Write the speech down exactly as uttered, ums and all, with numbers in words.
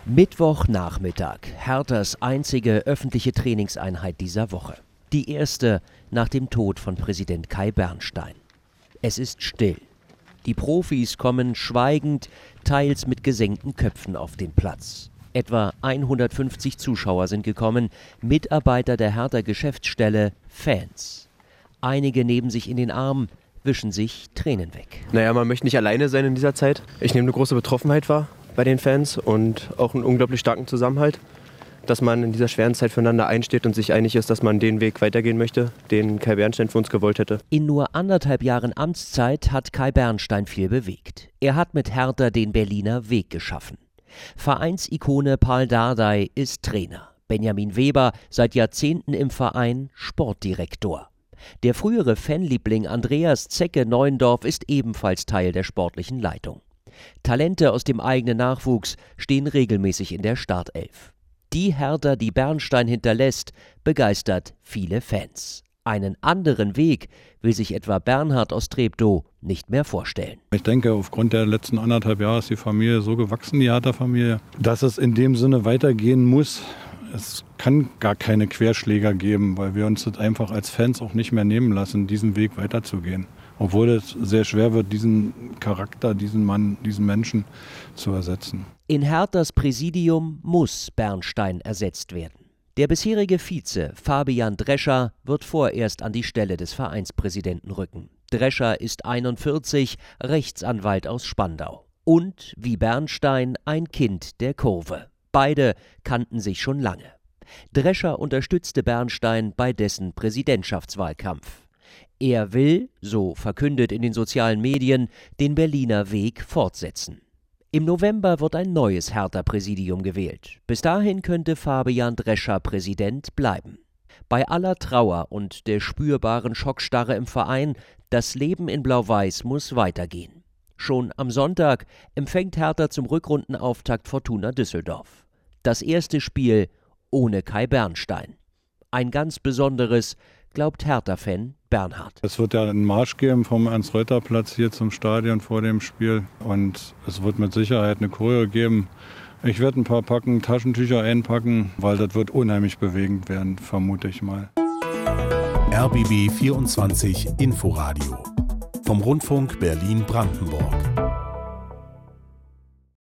Mittwochnachmittag, Herthas einzige öffentliche Trainingseinheit dieser Woche. Die erste nach dem Tod von Präsident Kai Bernstein. Es ist still. Die Profis kommen schweigend, teils mit gesenkten Köpfen auf den Platz. Etwa hundertfünfzig Zuschauer sind gekommen, Mitarbeiter der Hertha Geschäftsstelle, Fans. Einige nehmen sich in den Arm, wischen sich Tränen weg. Naja, man möchte nicht alleine sein in dieser Zeit. Ich nehme eine große Betroffenheit wahr bei den Fans und auch einen unglaublich starken Zusammenhalt, dass man in dieser schweren Zeit füreinander einsteht und sich einig ist, dass man den Weg weitergehen möchte, den Kai Bernstein für uns gewollt hätte. In nur anderthalb Jahren Amtszeit hat Kai Bernstein viel bewegt. Er hat mit Hertha den Berliner Weg geschaffen. Vereinsikone Paul Dardai ist Trainer. Benjamin Weber, seit Jahrzehnten im Verein, Sportdirektor. Der frühere Fanliebling Andreas Zecke-Neuendorf ist ebenfalls Teil der sportlichen Leitung. Talente aus dem eigenen Nachwuchs stehen regelmäßig in der Startelf. Die Hertha, die Bernstein hinterlässt, begeistert viele Fans. Einen anderen Weg will sich etwa Bernhard aus Treptow nicht mehr vorstellen. Ich denke, aufgrund der letzten anderthalb Jahre ist die Familie so gewachsen, die Hertha-Familie, dass es in dem Sinne weitergehen muss. Es kann gar keine Querschläger geben, weil wir uns das einfach als Fans auch nicht mehr nehmen lassen, diesen Weg weiterzugehen. Obwohl es sehr schwer wird, diesen Charakter, diesen Mann, diesen Menschen zu ersetzen. In Herthas Präsidium muss Bernstein ersetzt werden. Der bisherige Vize Fabian Drescher wird vorerst an die Stelle des Vereinspräsidenten rücken. Drescher ist einundvierzig, Rechtsanwalt aus Spandau. Und, wie Bernstein, ein Kind der Kurve. Beide kannten sich schon lange. Drescher unterstützte Bernstein bei dessen Präsidentschaftswahlkampf. Er will, so verkündet in den sozialen Medien, den Berliner Weg fortsetzen. Im November wird ein neues Hertha-Präsidium gewählt. Bis dahin könnte Fabian Drescher Präsident bleiben. Bei aller Trauer und der spürbaren Schockstarre im Verein, das Leben in Blau-Weiß muss weitergehen. Schon am Sonntag empfängt Hertha zum Rückrundenauftakt Fortuna Düsseldorf. Das erste Spiel ohne Kai Bernstein. Ein ganz besonderes, glaubt Hertha-Fan Bernhard. Es wird ja einen Marsch geben vom Ernst-Reuter-Platz hier zum Stadion vor dem Spiel. Und es wird mit Sicherheit eine Choreo geben. Ich werde ein paar Packen Taschentücher einpacken, weil das wird unheimlich bewegend werden, vermute ich mal. R B B vierundzwanzig Inforadio vom Rundfunk Berlin-Brandenburg.